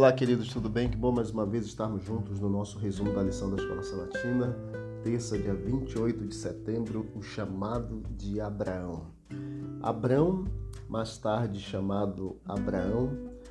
Olá, queridos, tudo bem? Que bom mais uma vez estarmos juntos no nosso resumo da lição da Escola Sabatina. Terça, dia 28 de setembro, o chamado de Abraão. Abrão, mais tarde chamado Abraão,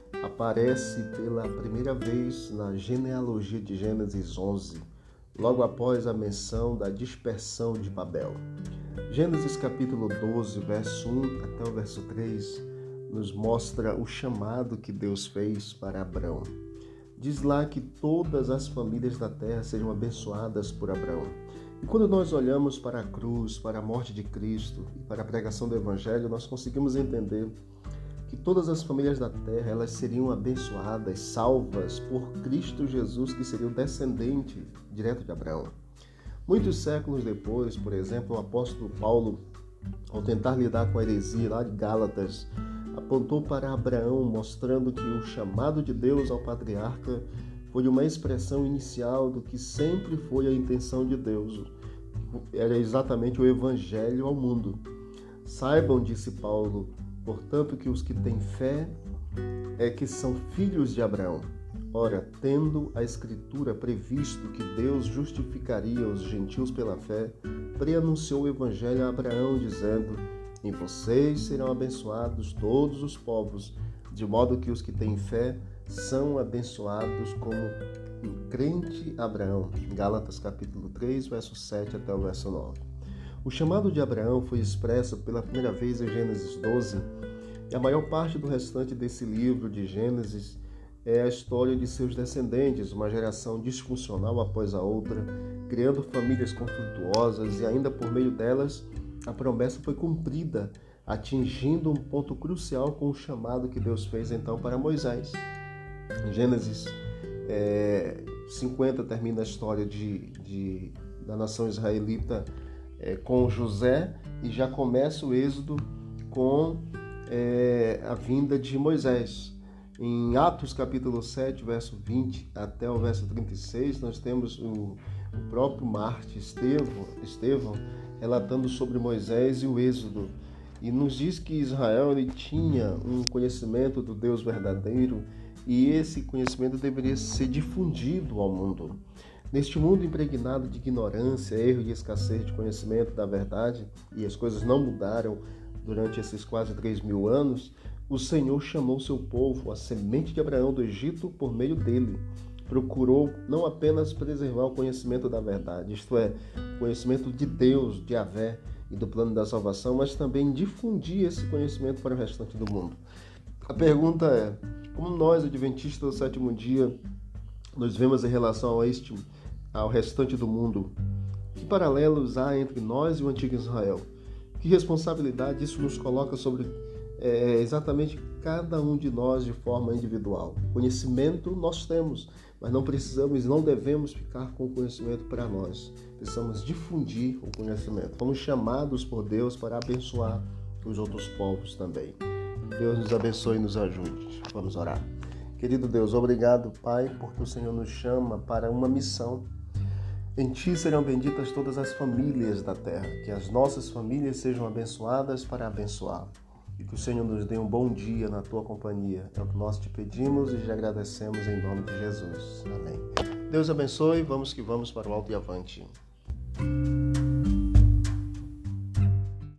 aparece pela primeira vez na genealogia de Gênesis 11, logo após a menção da dispersão de Babel. Gênesis capítulo 12, verso 1 até o verso 3, nos mostra o chamado que Deus fez para Abrão. Diz lá que todas as famílias da terra seriam abençoadas por Abrão. E quando nós olhamos para a cruz, para a morte de Cristo e para a pregação do Evangelho, nós conseguimos entender que todas as famílias da terra elas seriam abençoadas, salvas por Cristo Jesus, que seria o descendente direto de Abraão. Muitos séculos depois, por exemplo, o apóstolo Paulo, ao tentar lidar com a heresia lá de Gálatas, apontou para Abraão, mostrando que o chamado de Deus ao patriarca foi uma expressão inicial do que sempre foi a intenção de Deus. Era exatamente o Evangelho ao mundo. Saibam, disse Paulo, portanto, que os que têm fé é que são filhos de Abraão. Ora, tendo a Escritura previsto que Deus justificaria os gentios pela fé, preanunciou o Evangelho a Abraão, dizendo: em vocês serão abençoados todos os povos, de modo que os que têm fé são abençoados como um crente Abraão. Gálatas capítulo 3, verso 7 até o verso 9. O chamado de Abraão foi expresso pela primeira vez em Gênesis 12, e a maior parte do restante desse livro de Gênesis é a história de seus descendentes, uma geração disfuncional após a outra, criando famílias conflituosas, e ainda por meio delas a promessa foi cumprida, atingindo um ponto crucial com o chamado que Deus fez então para Moisés. Em Gênesis 50 termina a história da nação israelita com José, e já começa o êxodo com a vinda de Moisés. Em Atos capítulo 7, verso 20 até o verso 36, nós temos o próprio mártir Estevão relatando sobre Moisés e o êxodo. E nos diz que Israel ele tinha um conhecimento do Deus verdadeiro, e esse conhecimento deveria ser difundido ao mundo. Neste mundo impregnado de ignorância, erro e escassez de conhecimento da verdade, e as coisas não mudaram durante esses quase 3.000 anos, o Senhor chamou seu povo, a semente de Abraão do Egito, por meio dele. Procurou não apenas preservar o conhecimento da verdade, isto é, o conhecimento de Deus, de Yahvé e do plano da salvação, mas também difundir esse conhecimento para o restante do mundo. A pergunta é: como nós, adventistas do sétimo dia, nos vemos em relação ao restante do mundo? Que paralelos há entre nós e o antigo Israel? Que responsabilidade isso nos coloca sobre exatamente cada um de nós de forma individual? Conhecimento nós temos, mas não precisamos e não devemos ficar com o conhecimento para nós. Precisamos difundir o conhecimento. Fomos chamados por Deus para abençoar os outros povos também. Deus nos abençoe e nos ajude. Vamos orar. Querido Deus, obrigado, Pai, porque o Senhor nos chama para uma missão. Em Ti serão benditas todas as famílias da terra, que as nossas famílias sejam abençoadas para abençoar. E que o Senhor nos dê um bom dia na Tua companhia. É o que nós te pedimos e te agradecemos em nome de Jesus. Amém. Deus abençoe. Vamos que vamos para o alto e avante.